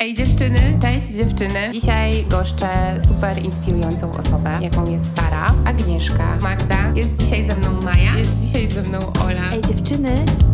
Ej dziewczyny, cześć dziewczyny. Dzisiaj goszczę super inspirującą osobę, jaką jest Sara, Agnieszka, Magda. Jest dzisiaj ze mną Maja, jest dzisiaj ze mną Ola. Ej dziewczyny.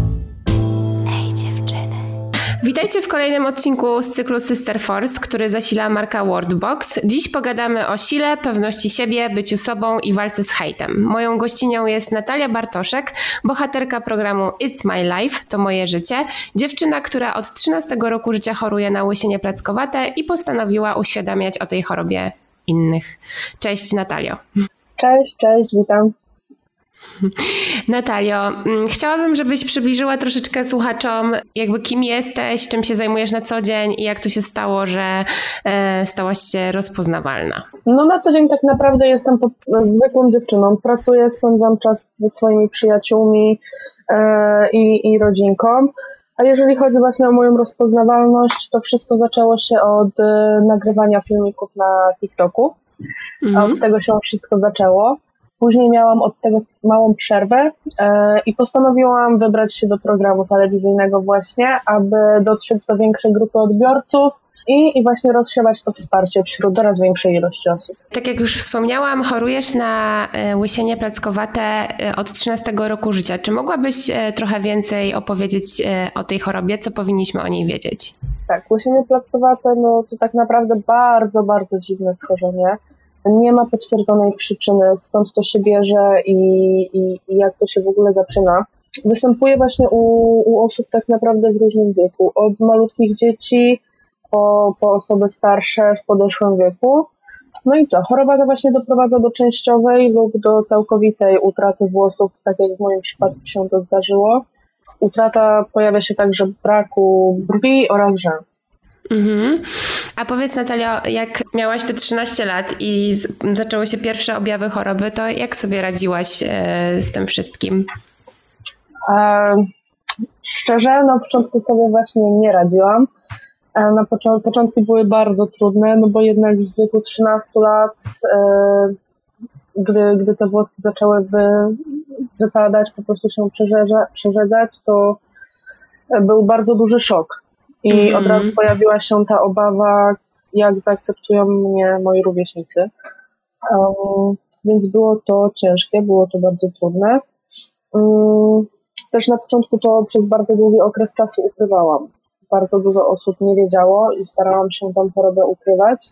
Witajcie w kolejnym odcinku z cyklu Sister Force, który zasila marka Wordbox. Dziś pogadamy o sile, pewności siebie, byciu sobą i walce z hejtem. Moją gościnią jest Natalia Bartoszek, bohaterka programu It's My Life, to moje życie. Dziewczyna, która od 13 roku życia choruje na łysienie plackowate i postanowiła uświadamiać o tej chorobie innych. Cześć Natalio. Cześć, witam. Natalio, chciałabym, żebyś przybliżyła troszeczkę słuchaczom, jakby kim jesteś, czym się zajmujesz na co dzień i jak to się stało, że stałaś się rozpoznawalna. No na co dzień tak naprawdę jestem zwykłą dziewczyną. Pracuję, spędzam czas ze swoimi przyjaciółmi i rodzinką. A jeżeli chodzi właśnie o moją rozpoznawalność, to wszystko zaczęło się od nagrywania filmików na TikToku. A od tego się wszystko zaczęło. Później miałam od tego małą przerwę i postanowiłam wybrać się do programu telewizyjnego właśnie, aby dotrzeć do większej grupy odbiorców i właśnie rozsiewać to wsparcie wśród coraz większej ilości osób. Tak jak już wspomniałam, chorujesz na łysienie plackowate od 13 roku życia. Czy mogłabyś trochę więcej opowiedzieć o tej chorobie? Co powinniśmy o niej wiedzieć? Tak, łysienie plackowate to tak naprawdę bardzo, bardzo dziwne schorzenie. Nie ma potwierdzonej przyczyny, skąd to się bierze i jak to się w ogóle zaczyna. Występuje właśnie u osób tak naprawdę w różnym wieku. Od malutkich dzieci po osoby starsze w podeszłym wieku. No i co? Choroba ta właśnie doprowadza do częściowej lub do całkowitej utraty włosów, tak jak w moim przypadku się to zdarzyło. Utrata pojawia się także braku brwi oraz rzęs. A powiedz Natalio, jak miałaś te 13 lat i zaczęły się pierwsze objawy choroby, to jak sobie radziłaś z tym wszystkim? Szczerze, na początku sobie właśnie nie radziłam. Początki były bardzo trudne, no bo jednak w wieku 13 lat, gdy te włoski zaczęły wypadać, po prostu się przerzedzać, to był bardzo duży szok. I od razu pojawiła się ta obawa, jak zaakceptują mnie moi rówieśnicy. Więc było to ciężkie, było to bardzo trudne. Też na początku to przez bardzo długi okres czasu ukrywałam. Bardzo dużo osób nie wiedziało i starałam się tą chorobę ukrywać.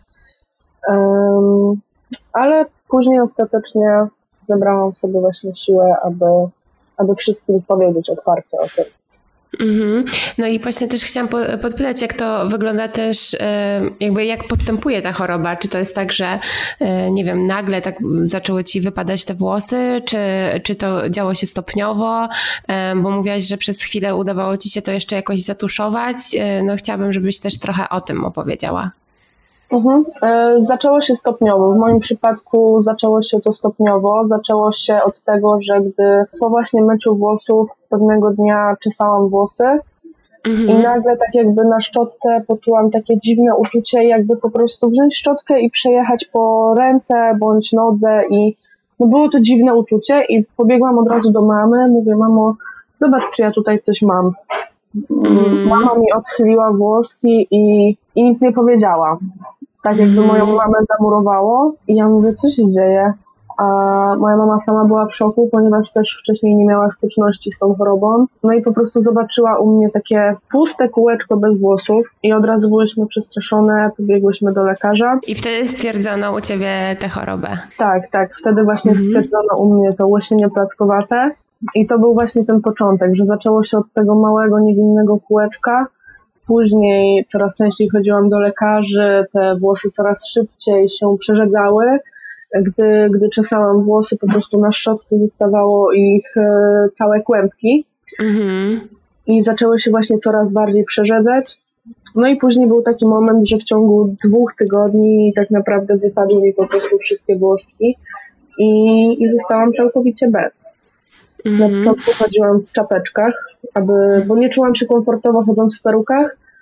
Ale później ostatecznie zebrałam w sobie właśnie siłę, aby wszystkim powiedzieć otwarcie o tym. No i właśnie też chciałam podpytać, jak to wygląda też, jakby jak postępuje ta choroba. Czy to jest tak, że nie wiem, nagle tak zaczęły ci wypadać te włosy, czy to działo się stopniowo, bo mówiłaś, że przez chwilę udawało ci się to jeszcze jakoś zatuszować. No chciałabym, żebyś też trochę o tym opowiedziała. Zaczęło się stopniowo. W moim przypadku zaczęło się to stopniowo. Zaczęło się od tego, że gdy po właśnie myciu włosów pewnego dnia czesałam włosy i nagle tak jakby na szczotce poczułam takie dziwne uczucie, jakby po prostu wziąć szczotkę i przejechać po ręce bądź nodze i no było to dziwne uczucie i pobiegłam od razu do mamy. Mówię, mamo, zobacz, czy ja tutaj coś mam. Mama mi odchyliła włoski i nic nie powiedziała. Tak jakby moją mamę zamurowało i ja mówię, co się dzieje? A moja mama sama była w szoku, ponieważ też wcześniej nie miała styczności z tą chorobą. No i po prostu zobaczyła u mnie takie puste kółeczko bez włosów i od razu byłyśmy przestraszone, pobiegłyśmy do lekarza. I wtedy stwierdzono u ciebie tę chorobę? Tak, wtedy właśnie stwierdzono u mnie to łysienie plackowate. I to był właśnie ten początek, że zaczęło się od tego małego, niewinnego kółeczka. Później coraz częściej chodziłam do lekarzy, te włosy coraz szybciej się przerzedzały. Gdy czesałam włosy, po prostu na szczotce zostawało ich całe kłębki. I zaczęły się właśnie coraz bardziej przerzedzać. No i później był taki moment, że w ciągu 2 tygodni tak naprawdę wypadły mi po prostu wszystkie włoski i zostałam całkowicie bez. Na początku chodziłam w czapeczkach, bo nie czułam się komfortowo chodząc w perukach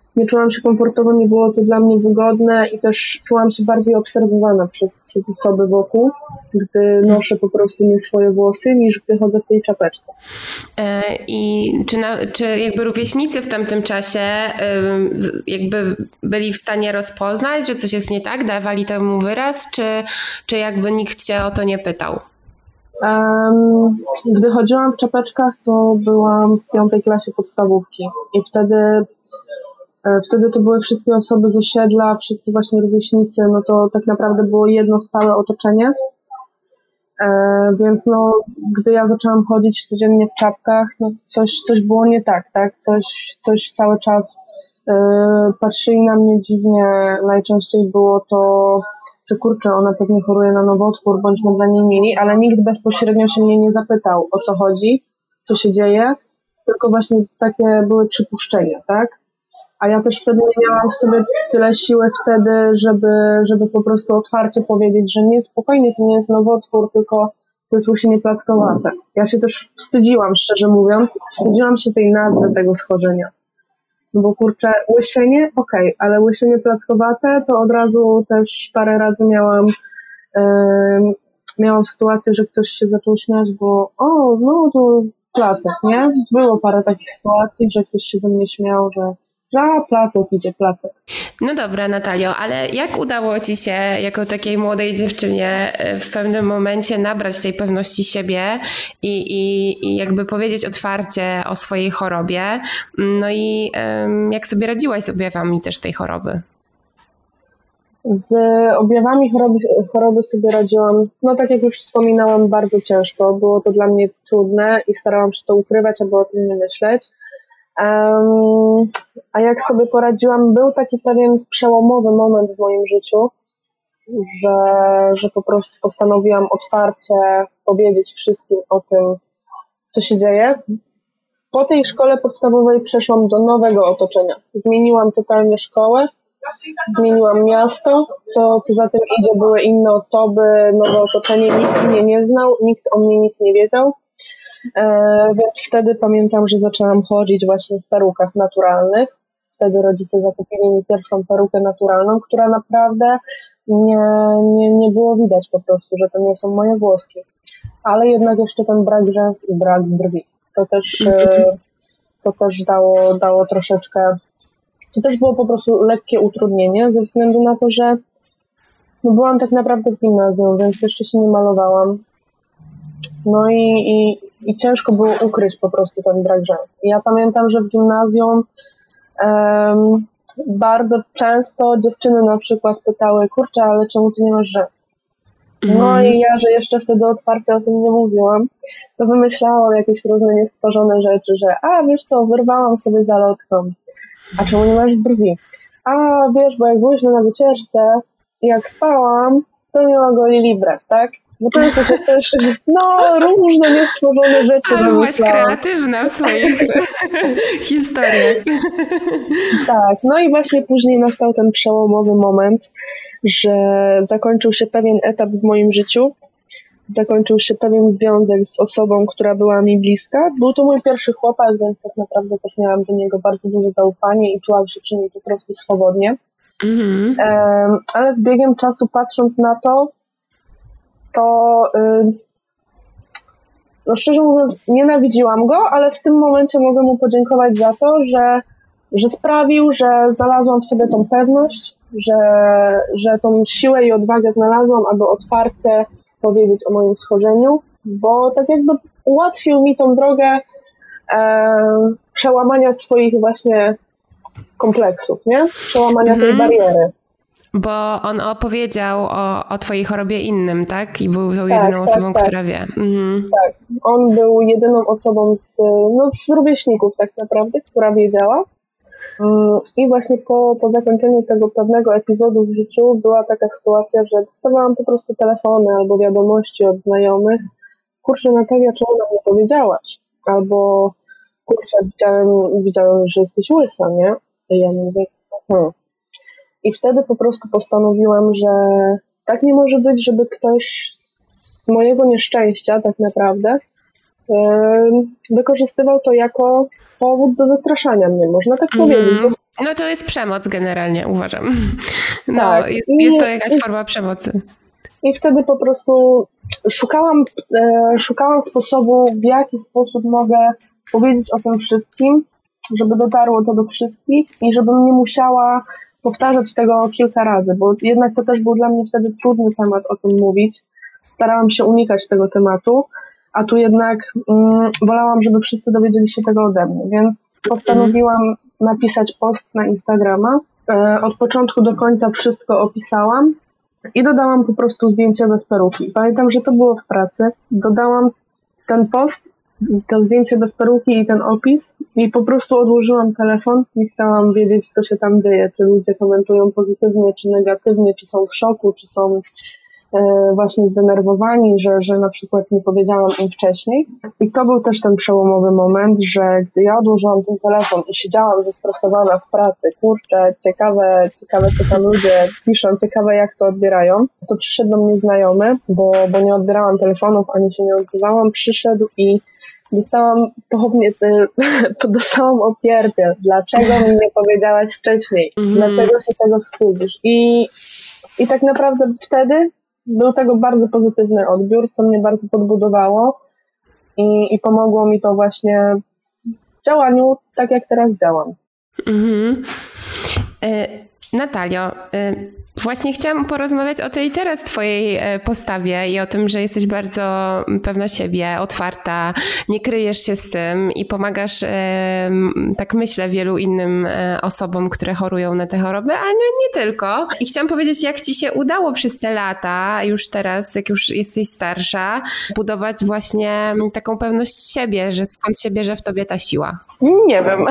nie czułam się komfortowo, nie było to dla mnie wygodne i też czułam się bardziej obserwowana przez osoby wokół, gdy noszę po prostu nie swoje włosy, niż gdy chodzę w tej czapeczce. I czy jakby rówieśnicy w tamtym czasie jakby byli w stanie rozpoznać, że coś jest nie tak, dawali temu wyraz, czy jakby nikt cię o to nie pytał? Gdy chodziłam w czapeczkach, to byłam w 5. klasie podstawówki i wtedy to były wszystkie osoby z osiedla, wszyscy właśnie rówieśnicy, no to tak naprawdę było jedno stałe otoczenie, więc no, gdy ja zaczęłam chodzić codziennie w czapkach, no coś było nie tak, tak? Coś cały czas patrzyli na mnie dziwnie, najczęściej było to, że kurczę, ona pewnie choruje na nowotwór, bądźmy dla niej mili, ale nikt bezpośrednio się mnie nie zapytał, o co chodzi, co się dzieje, tylko właśnie takie były przypuszczenia, tak? A ja też wtedy nie miałam w sobie tyle siły wtedy, żeby po prostu otwarcie powiedzieć, że nie, spokojnie, to nie jest nowotwór, tylko to jest łysienie plackowate. Ja się też wstydziłam, szczerze mówiąc, wstydziłam się tej nazwy tego schorzenia. No bo kurczę, łysienie, okej, ale łysienie plackowate to od razu też parę razy miałam sytuację, że ktoś się zaczął śmiać, bo no to placek, nie? Było parę takich sytuacji, że ktoś się ze mnie śmiał, że placek idzie, placek. No dobra, Natalio, ale jak udało ci się jako takiej młodej dziewczynie w pewnym momencie nabrać tej pewności siebie i jakby powiedzieć otwarcie o swojej chorobie? No i jak sobie radziłaś z objawami też tej choroby? Z objawami choroby sobie radziłam, no tak jak już wspominałam, bardzo ciężko. Było to dla mnie trudne i starałam się to ukrywać, aby o tym nie myśleć. A jak sobie poradziłam, był taki pewien przełomowy moment w moim życiu, że po prostu postanowiłam otwarcie powiedzieć wszystkim o tym, co się dzieje. Po tej szkole podstawowej przeszłam do nowego otoczenia. Zmieniłam totalnie szkołę, zmieniłam miasto, co za tym idzie, były inne osoby, nowe otoczenie, nikt mnie nie znał, nikt o mnie nic nie wiedział. Więc wtedy pamiętam, że zaczęłam chodzić właśnie w perukach naturalnych. Wtedy rodzice zakupili mi pierwszą perukę naturalną, która naprawdę nie było widać po prostu, że to nie są moje włoski. Ale jednak jeszcze ten brak rzęs i brak brwi. To też dało troszeczkę. To też było po prostu lekkie utrudnienie ze względu na to, że no byłam tak naprawdę w gimnazjum, więc jeszcze się nie malowałam. No i ciężko było ukryć po prostu ten brak rzęs. Ja pamiętam, że w gimnazjum bardzo często dziewczyny na przykład pytały, kurczę, ale czemu ty nie masz rzęs? No i ja, że jeszcze wtedy otwarcie o tym nie mówiłam, to wymyślałam jakieś różne niestworzone rzeczy, że wiesz co, wyrwałam sobie zalotką. A czemu nie masz brwi? Wiesz, bo jak byłyśmy na wycieczce i jak spałam, to mnie ogolili brew, tak? Bo to jest też, różne niestworzone rzeczy. Ale byłaś kreatywna w swoich historiach. Tak, no i właśnie później nastał ten przełomowy moment, że zakończył się pewien etap w moim życiu, zakończył się pewien związek z osobą, która była mi bliska. Był to mój pierwszy chłopak, więc tak naprawdę też miałam do niego bardzo duże zaufanie i czułam się przy nim po prostu swobodnie. Ale z biegiem czasu, patrząc na to, no szczerze mówiąc, nienawidziłam go, ale w tym momencie mogę mu podziękować za to, że sprawił, że znalazłam w sobie tą pewność, że tą siłę i odwagę znalazłam, aby otwarcie powiedzieć o moim schorzeniu, bo tak jakby ułatwił mi tą drogę przełamania swoich właśnie kompleksów, nie? Przełamania tej bariery. Bo on opowiedział o twojej chorobie innym, tak? I był tą jedyną osobą, która wie. Tak, on był jedyną osobą z rówieśników tak naprawdę, która wiedziała. I właśnie po zakończeniu tego pewnego epizodu w życiu była taka sytuacja, że dostawałam po prostu telefony albo wiadomości od znajomych. Kurczę, Natalia, czemu nam nie powiedziałaś? Albo kurczę, widziałem, że jesteś łysa, nie? I ja mówię, I wtedy po prostu postanowiłam, że tak nie może być, żeby ktoś z mojego nieszczęścia tak naprawdę wykorzystywał to jako powód do zastraszania mnie, można tak powiedzieć. No to jest przemoc generalnie, uważam. No, Tak. jest to jakaś forma przemocy. I wtedy po prostu szukałam sposobu, w jaki sposób mogę powiedzieć o tym wszystkim, żeby dotarło to do wszystkich i żebym nie musiała powtarzać tego kilka razy, bo jednak to też był dla mnie wtedy trudny temat o tym mówić. Starałam się unikać tego tematu, a tu jednak wolałam, żeby wszyscy dowiedzieli się tego ode mnie, więc postanowiłam napisać post na Instagrama. Od początku do końca wszystko opisałam i dodałam po prostu zdjęcie bez peruki. Pamiętam, że to było w pracy. Dodałam ten post, to zdjęcie bez peruki i ten opis i po prostu odłożyłam telefon. Nie chciałam wiedzieć, co się tam dzieje, czy ludzie komentują pozytywnie, czy negatywnie, czy są w szoku, czy są właśnie zdenerwowani, że na przykład nie powiedziałam im wcześniej. I to był też ten przełomowy moment, że gdy ja odłożyłam ten telefon i siedziałam zestresowana w pracy, kurczę, ciekawe co tam ludzie piszą, ciekawe jak to odbierają, to przyszedł do mnie znajomy, bo nie odbierałam telefonów, ani się nie odzywałam, przyszedł i dostałam opierdziel. Dlaczego mi nie powiedziałaś wcześniej? Dlaczego się tego wstydzisz? I tak naprawdę wtedy był tego bardzo pozytywny odbiór, co mnie bardzo podbudowało i pomogło mi to właśnie w działaniu tak, jak teraz działam. Natalio, właśnie chciałam porozmawiać o tej teraz twojej postawie i o tym, że jesteś bardzo pewna siebie, otwarta, nie kryjesz się z tym i pomagasz, tak myślę, wielu innym osobom, które chorują na te choroby, ale nie tylko. I chciałam powiedzieć, jak ci się udało przez te lata, już teraz, jak już jesteś starsza, budować właśnie taką pewność siebie, że skąd się bierze w tobie ta siła? Nie wiem.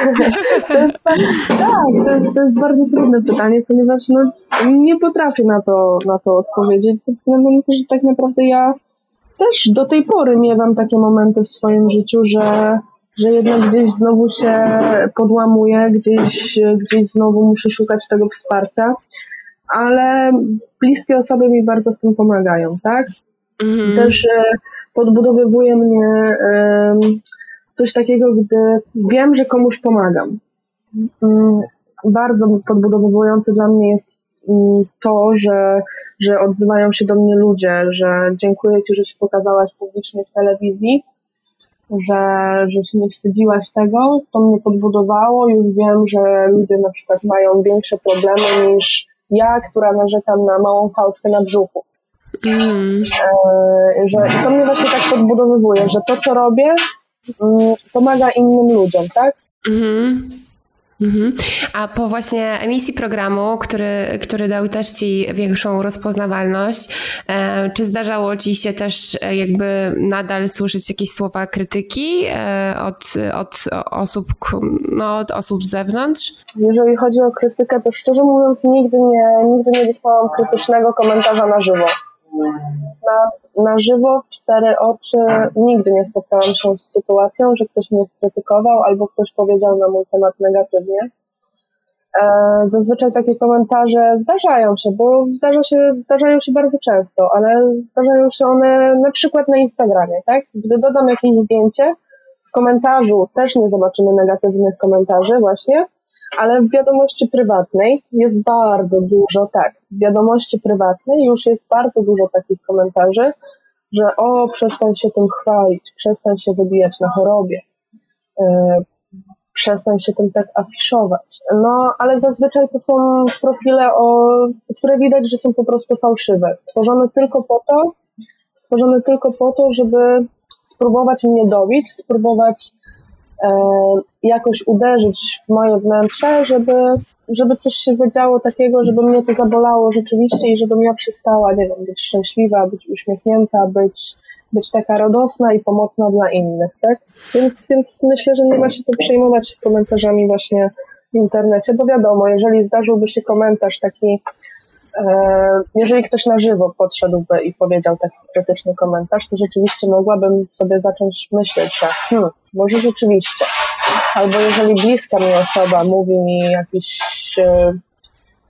To jest bardzo trudne pytanie, ponieważ nie potrafię na to odpowiedzieć, ze względu na to, że tak naprawdę ja też do tej pory miewam takie momenty w swoim życiu, że jednak gdzieś znowu się podłamuję, gdzieś znowu muszę szukać tego wsparcia, ale bliskie osoby mi bardzo w tym pomagają, tak? Też podbudowywuje mnie coś takiego, gdy wiem, że komuś pomagam. Bardzo podbudowujące dla mnie jest to, że odzywają się do mnie ludzie, że dziękuję ci, że się pokazałaś publicznie w telewizji, że się nie wstydziłaś tego, to mnie podbudowało. Już wiem, że ludzie na przykład mają większe problemy niż ja, która narzekam na małą fałdkę na brzuchu. I to mnie właśnie tak podbudowywuje, że to, co robię, pomaga innym ludziom, tak? A po właśnie emisji programu, który dał też ci większą rozpoznawalność, czy zdarzało ci się też jakby nadal słyszeć jakieś słowa krytyki od osób z zewnątrz? Jeżeli chodzi o krytykę, to szczerze mówiąc nigdy nie dostałam krytycznego komentarza na żywo. Na żywo, w 4 oczy nigdy nie spotkałam się z sytuacją, że ktoś mnie skrytykował albo ktoś powiedział na mój temat negatywnie. Zazwyczaj takie komentarze zdarzają się, bo zdarzają się bardzo często, ale zdarzają się one na przykład na Instagramie, tak? Gdy dodam jakieś zdjęcie, w komentarzu też nie zobaczymy negatywnych komentarzy właśnie, ale w wiadomości prywatnej jest bardzo dużo, w wiadomości prywatnej już jest bardzo dużo takich komentarzy, że przestań się tym chwalić, przestań się wybijać na chorobie, przestań się tym tak afiszować. No, ale zazwyczaj to są profile, które widać, że są po prostu fałszywe, stworzone tylko po to, żeby spróbować mnie dobić, spróbować jakoś uderzyć w moje wnętrze, żeby coś się zadziało takiego, żeby mnie to zabolało rzeczywiście i żebym ja przestała, nie wiem, być szczęśliwa, być uśmiechnięta, być taka radosna i pomocna dla innych, tak? Więc myślę, że nie ma się co przejmować komentarzami właśnie w internecie, bo wiadomo, jeżeli zdarzyłby się komentarz taki, jeżeli ktoś na żywo podszedłby i powiedział taki krytyczny komentarz, to rzeczywiście mogłabym sobie zacząć myśleć, że może rzeczywiście. Albo jeżeli bliska mi osoba mówi mi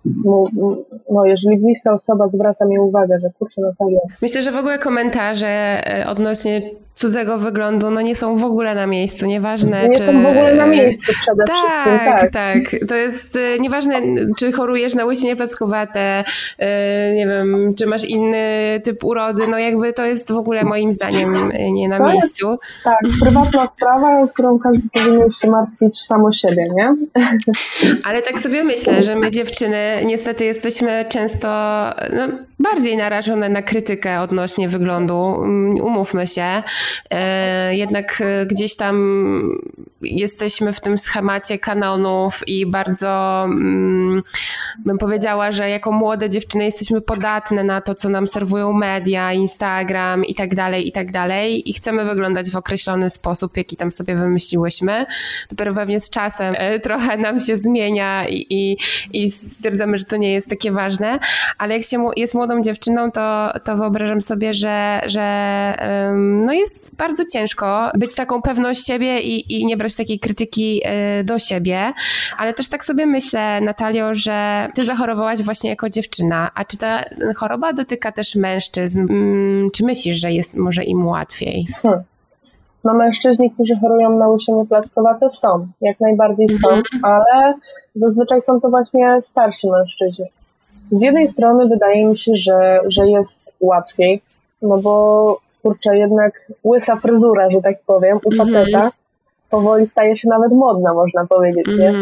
no jeżeli bliska osoba zwraca mi uwagę, że kurczę, Natalia. Myślę, że w ogóle komentarze odnośnie cudzego wyglądu nie są w ogóle na miejscu, nieważne nie są w ogóle na miejscu przede wszystkim. Tak. To jest nieważne, czy chorujesz na łysienie plackowate, nie wiem, czy masz inny typ urody, jakby to jest w ogóle moim zdaniem nie na miejscu. Jest, tak, prywatna sprawa, którą każdy powinien się martwić samo siebie, nie? Ale tak sobie myślę, że my dziewczyny niestety jesteśmy często bardziej narażone na krytykę odnośnie wyglądu. Umówmy się. Jednak gdzieś tam jesteśmy w tym schemacie kanonów i bardzo bym powiedziała, że jako młode dziewczyny jesteśmy podatne na to, co nam serwują media, Instagram i tak dalej i chcemy wyglądać w określony sposób, jaki tam sobie wymyśliłyśmy. Dopiero pewnie z czasem trochę nam się zmienia i stwierdzamy, że to nie jest takie ważne, ale jak się jest młodą dziewczyną, to wyobrażam sobie, że jest bardzo ciężko być taką pewną siebie i nie brać takiej krytyki do siebie, ale też tak sobie myślę, Natalio, że ty zachorowałaś właśnie jako dziewczyna, a czy ta choroba dotyka też mężczyzn? Czy myślisz, że jest może im łatwiej? No mężczyźni, którzy chorują na łysienie plackowate są, jak najbardziej są, ale zazwyczaj są to właśnie starsi mężczyźni. Z jednej strony wydaje mi się, że jest łatwiej, no bo kurczę, jednak łysa fryzura, że tak powiem, u faceta powoli staje się nawet modna, można powiedzieć, nie?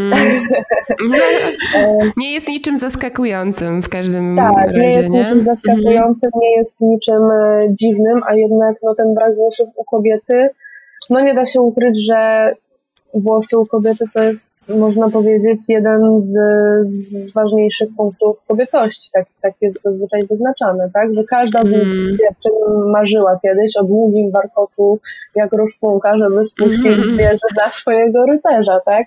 Nie jest niczym zaskakującym w każdym razie, tak, nie jest niczym zaskakującym, nie jest niczym dziwnym, a jednak ten brak włosów u kobiety, nie da się ukryć, że włosy u kobiety to jest, można powiedzieć, jeden z ważniejszych punktów kobiecości. Tak jest zazwyczaj wyznaczane, tak? Że każda z dziewczyn marzyła kiedyś o długim warkoczu jak roszpunka, żeby spuścić zwierzę dla swojego rycerza, tak?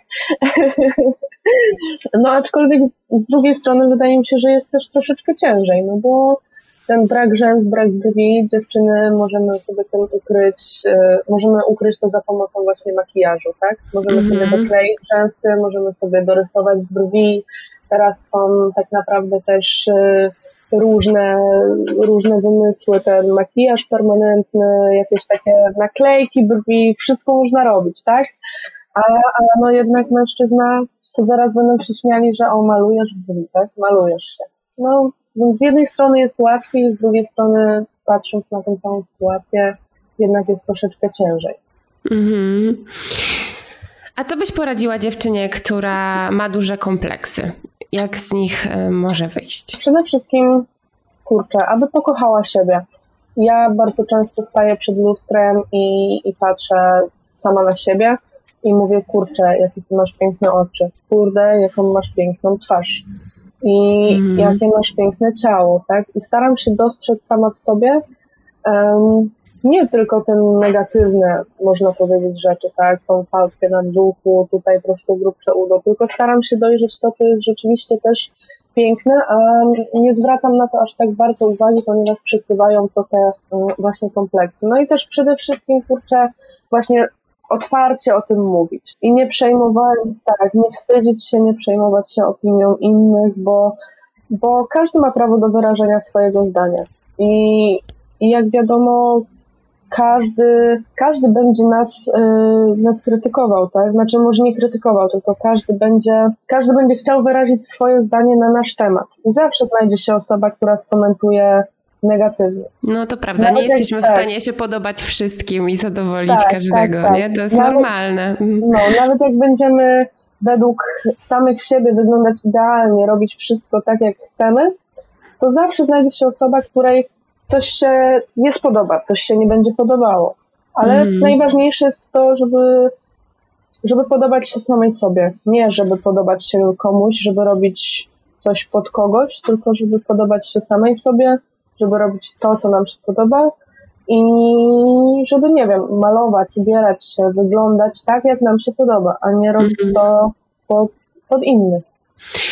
Aczkolwiek z drugiej strony wydaje mi się, że jest też troszeczkę ciężej, bo ten brak rzęs, brak brwi, dziewczyny możemy sobie to ukryć to za pomocą właśnie makijażu, tak? Możemy sobie dokleić rzęsy, możemy sobie dorysować brwi. Teraz są tak naprawdę też różne wymysły, ten makijaż permanentny, jakieś takie naklejki brwi, wszystko można robić, tak? Ale jednak mężczyzna, to zaraz będą się śmiali, że malujesz brwi, tak? Malujesz się. Więc z jednej strony jest łatwiej, z drugiej strony, patrząc na tę całą sytuację, jednak jest troszeczkę ciężej. A co byś poradziła dziewczynie, która ma duże kompleksy? Jak z nich może wyjść? Przede wszystkim, aby pokochała siebie. Ja bardzo często staję przed lustrem i patrzę sama na siebie i mówię, jakie ty masz piękne oczy, jaką masz piękną twarz. I jakie masz piękne ciało, tak? I staram się dostrzec sama w sobie nie tylko te negatywne, można powiedzieć, rzeczy, tak? Tą fałdkę na brzuchu, tutaj troszkę grubsze udo, tylko staram się dojrzeć to, co jest rzeczywiście też piękne, a nie zwracam na to aż tak bardzo uwagi, ponieważ przykrywają to te właśnie kompleksy. I też przede wszystkim, właśnie otwarcie o tym mówić i nie nie wstydzić się, nie przejmować się opinią innych, bo każdy ma prawo do wyrażenia swojego zdania i jak wiadomo, każdy będzie nas krytykował, tak? Znaczy może nie krytykował, tylko każdy będzie chciał wyrazić swoje zdanie na nasz temat i zawsze znajdzie się osoba, która skomentuje negatywnie. No to prawda, nawet nie jesteśmy w stanie się podobać wszystkim i zadowolić każdego, nie? To jest normalne. Nawet jak będziemy według samych siebie wyglądać idealnie, robić wszystko tak, jak chcemy, to zawsze znajdzie się osoba, której coś się nie spodoba, coś się nie będzie podobało. Ale najważniejsze jest to, żeby podobać się samej sobie. Nie, żeby podobać się komuś, żeby robić coś pod kogoś, tylko żeby podobać się samej sobie, żeby robić to, co nam się podoba i żeby, malować, ubierać się, wyglądać tak, jak nam się podoba, a nie robić to pod innych.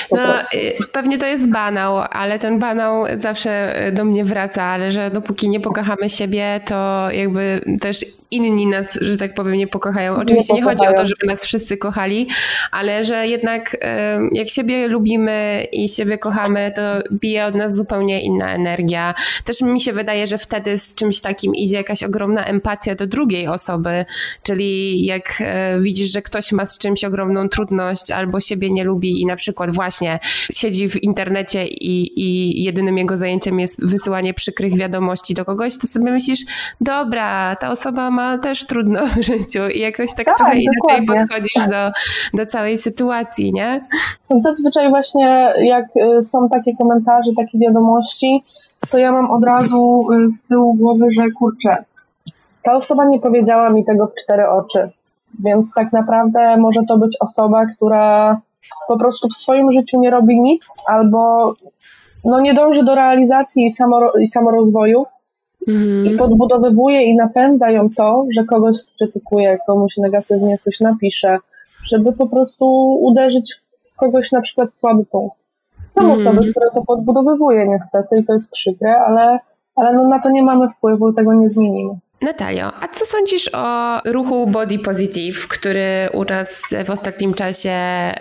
Pewnie to jest banał, ale ten banał zawsze do mnie wraca, ale że dopóki nie pokochamy siebie, to jakby też inni nas, że tak powiem, nie pokochają. Oczywiście nie chodzi o to, żeby nas wszyscy kochali, ale że jednak jak siebie lubimy i siebie kochamy, to bije od nas zupełnie inna energia. Też mi się wydaje, że wtedy z czymś takim idzie jakaś ogromna empatia do drugiej osoby, czyli jak widzisz, że ktoś ma z czymś ogromną trudność albo siebie nie lubi i na przykład właśnie siedzi w internecie i jedynym jego zajęciem jest wysyłanie przykrych wiadomości do kogoś, to sobie myślisz, dobra, ta osoba ma też trudno w życiu i jakoś tak trochę inaczej podchodzisz do całej sytuacji, nie? Zazwyczaj właśnie jak są takie komentarze, takie wiadomości, to ja mam od razu z tyłu głowy, że kurczę, ta osoba nie powiedziała mi tego w 4 oczy, więc tak naprawdę może to być osoba, która po prostu w swoim życiu nie robi nic albo nie dąży do realizacji i samorozwoju i podbudowywuje i napędza ją to, że kogoś skrytykuje, komuś negatywnie coś napisze, żeby po prostu uderzyć w kogoś na przykład słaby punkt. Są osoby, które to podbudowywuje niestety i to jest przykre, ale na to nie mamy wpływu i tego nie zmienimy. Natalio, a co sądzisz o ruchu Body Positive, który u nas w ostatnim czasie,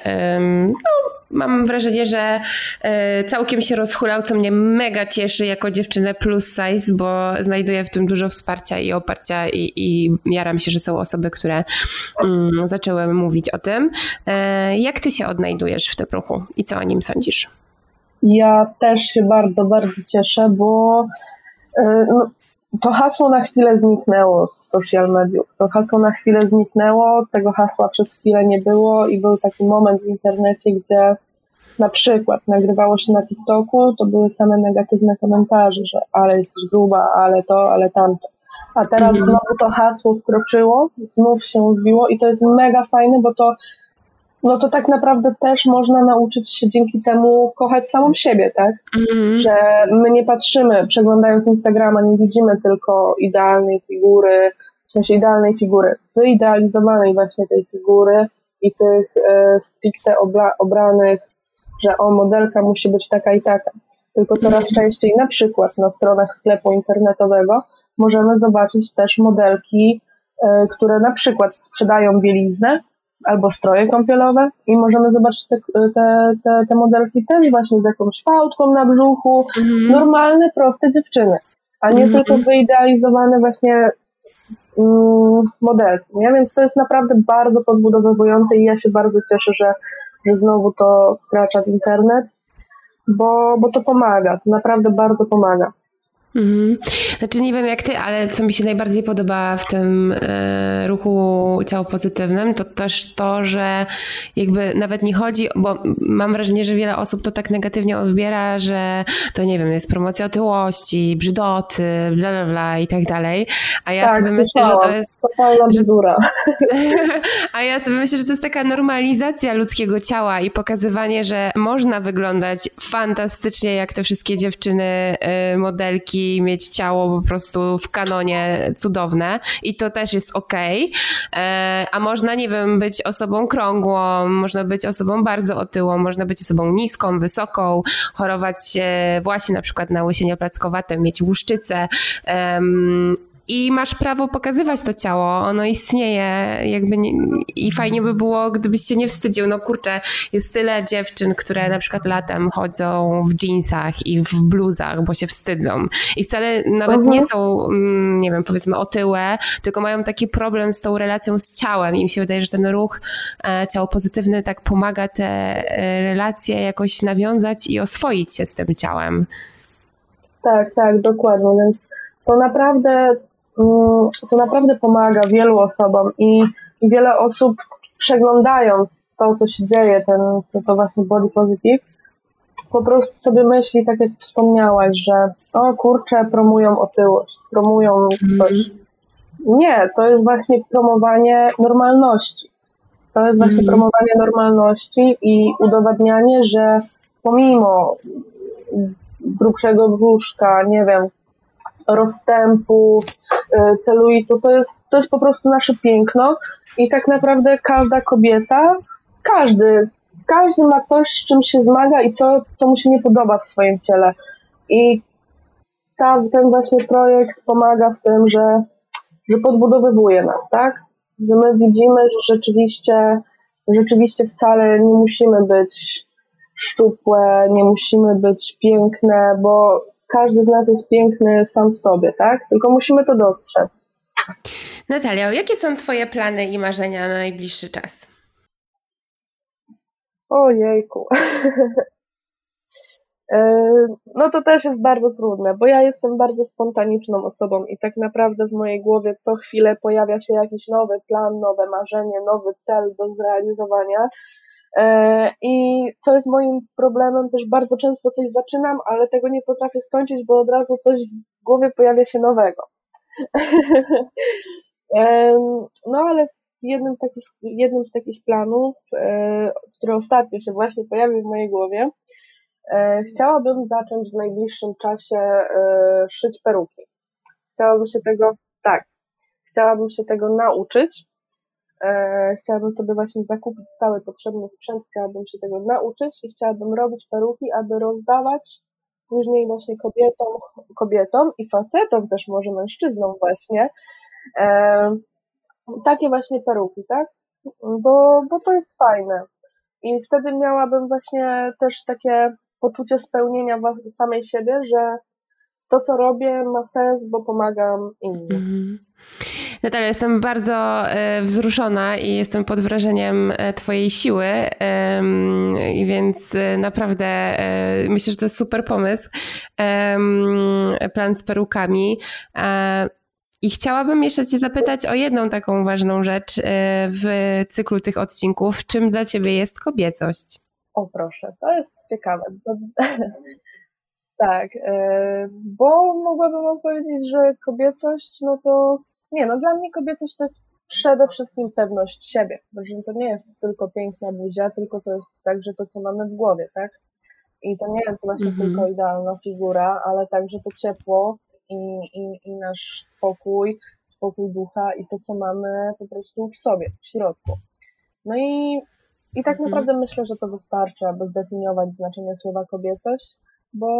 mam wrażenie, że całkiem się rozhulał, co mnie mega cieszy jako dziewczynę plus size, bo znajduję w tym dużo wsparcia i oparcia i jaram się, że są osoby, które zaczęły mówić o tym. Jak ty się odnajdujesz w tym ruchu i co o nim sądzisz? Ja też się bardzo, bardzo cieszę, bo to hasło na chwilę zniknęło z social mediów. To hasło na chwilę zniknęło, tego hasła przez chwilę nie było i był taki moment w internecie, gdzie na przykład nagrywało się na TikToku, to były same negatywne komentarze, że ale jesteś gruba, ale to, ale tamto. A teraz znowu to hasło wkroczyło, znów się wbiło i to jest mega fajne, bo to tak naprawdę też można nauczyć się dzięki temu kochać samą siebie, tak? Że my nie patrzymy, przeglądając Instagrama, nie widzimy tylko idealnej figury, w sensie idealnej figury, wyidealizowanej właśnie tej figury i tych stricte obranych, że modelka musi być taka i taka. Tylko coraz częściej na przykład na stronach sklepu internetowego możemy zobaczyć też modelki, które na przykład sprzedają bieliznę, albo stroje kąpielowe i możemy zobaczyć te modelki też właśnie z jakąś fałdką na brzuchu, normalne, proste dziewczyny, a nie tylko wyidealizowane właśnie modelki, nie? Więc to jest naprawdę bardzo podbudowywujące i ja się bardzo cieszę, że znowu to wkracza w internet, bo to pomaga, to naprawdę bardzo pomaga. Znaczy nie wiem jak ty, ale co mi się najbardziej podoba w tym ruchu ciało pozytywnym, to też to, że jakby nawet nie chodzi, bo mam wrażenie, że wiele osób to tak negatywnie odbiera, że to nie wiem, jest promocja otyłości, brzydoty, bla bla bla i tak dalej, a ja sobie myślę, że to jest totalna bzdura. A ja sobie myślę, że to jest taka normalizacja ludzkiego ciała i pokazywanie, że można wyglądać fantastycznie jak te wszystkie dziewczyny, modelki, mieć ciało po prostu w kanonie cudowne i to też jest okej. A można, nie wiem, być osobą krągłą, można być osobą bardzo otyłą, można być osobą niską, wysoką, chorować właśnie na przykład na łysienie plackowate, mieć łuszczycę. I masz prawo pokazywać to ciało, ono istnieje jakby i fajnie by było, gdybyś się nie wstydził. No kurczę, jest tyle dziewczyn, które na przykład latem chodzą w dżinsach i w bluzach, bo się wstydzą i wcale nawet nie są, nie wiem, powiedzmy otyłe, tylko mają taki problem z tą relacją z ciałem i mi się wydaje, że ten ruch ciało pozytywny tak pomaga te relacje jakoś nawiązać i oswoić się z tym ciałem. Tak, dokładnie, więc to naprawdę pomaga wielu osobom i wiele osób przeglądając to, co się dzieje, to właśnie body positive, po prostu sobie myśli, tak jak wspomniałaś, że o kurczę, promują otyłość, promują coś. Nie, to jest właśnie promowanie normalności. To jest właśnie promowanie normalności i udowadnianie, że pomimo grubszego brzuszka, nie wiem, rozstępów, celulitu, to jest po prostu nasze piękno i tak naprawdę każda kobieta, każdy ma coś, z czym się zmaga i co mu się nie podoba w swoim ciele. I ten właśnie projekt pomaga w tym, że podbudowywuje nas, tak? Że my widzimy, że rzeczywiście wcale nie musimy być szczupłe, nie musimy być piękne, bo każdy z nas jest piękny sam w sobie, tak? Tylko musimy to dostrzec. Natalia, jakie są Twoje plany i marzenia na najbliższy czas? Ojejku. No to też jest bardzo trudne, bo ja jestem bardzo spontaniczną osobą i tak naprawdę w mojej głowie co chwilę pojawia się jakiś nowy plan, nowe marzenie, nowy cel do zrealizowania. I co jest moim problemem, też bardzo często coś zaczynam, ale tego nie potrafię skończyć, bo od razu coś w głowie pojawia się nowego. No ale jednym z takich planów, który ostatnio się właśnie pojawił w mojej głowie, chciałabym zacząć w najbliższym czasie szyć peruki. Chciałabym się tego nauczyć. Chciałabym sobie właśnie zakupić cały potrzebny sprzęt, chciałabym się tego nauczyć i chciałabym robić peruki, aby rozdawać później właśnie kobietom i facetom, też może mężczyznom właśnie, takie właśnie peruki, tak? Bo to jest fajne. I wtedy miałabym właśnie też takie poczucie spełnienia samej siebie, że to, co robię, ma sens, bo pomagam innym. Natalia, jestem bardzo wzruszona i jestem pod wrażeniem Twojej siły, i więc naprawdę myślę, że to jest super pomysł, plan z perukami. I chciałabym jeszcze Cię zapytać o jedną taką ważną rzecz w cyklu tych odcinków. Czym dla Ciebie jest kobiecość? O proszę, to jest ciekawe. Tak, bo mogłabym odpowiedzieć, że kobiecość, dla mnie kobiecość to jest przede wszystkim pewność siebie, że to nie jest tylko piękna buzia, tylko to jest także to, co mamy w głowie, tak? I to nie jest właśnie tylko idealna figura, ale także to ciepło i nasz spokój ducha i to, co mamy po prostu w sobie, w środku. No i tak naprawdę myślę, że to wystarczy, aby zdefiniować znaczenie słowa kobiecość, bo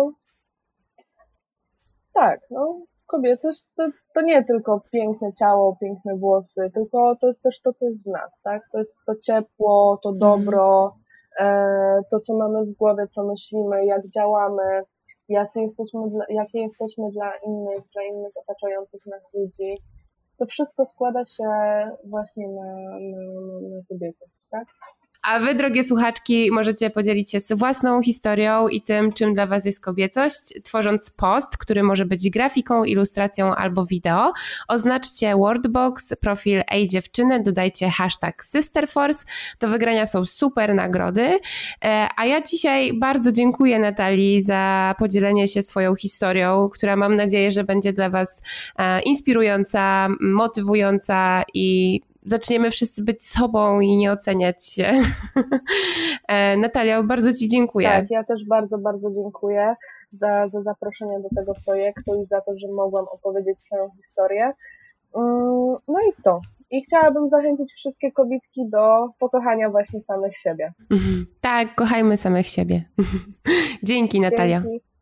tak, kobiecość to nie tylko piękne ciało, piękne włosy, tylko to jest też to, co jest w nas, tak? To jest to ciepło, to dobro, to, co mamy w głowie, co myślimy, jak działamy, jakie jesteśmy dla innych otaczających nas ludzi. To wszystko składa się właśnie na kobiecość, tak? A wy, drogie słuchaczki, możecie podzielić się własną historią i tym, czym dla was jest kobiecość, tworząc post, który może być grafiką, ilustracją albo wideo. Oznaczcie Wordbox, profil Ej Dziewczyny, dodajcie #SisterForce. Do wygrania są super nagrody. A ja dzisiaj bardzo dziękuję Natalii za podzielenie się swoją historią, która mam nadzieję, że będzie dla was inspirująca, motywująca i zaczniemy wszyscy być sobą i nie oceniać się. Natalia, bardzo Ci dziękuję. Tak, ja też bardzo, bardzo dziękuję za zaproszenie do tego projektu i za to, że mogłam opowiedzieć swoją historię. No i co? I chciałabym zachęcić wszystkie kobietki do pokochania właśnie samych siebie. Tak, kochajmy samych siebie. Dzięki, Natalia. Dzięki.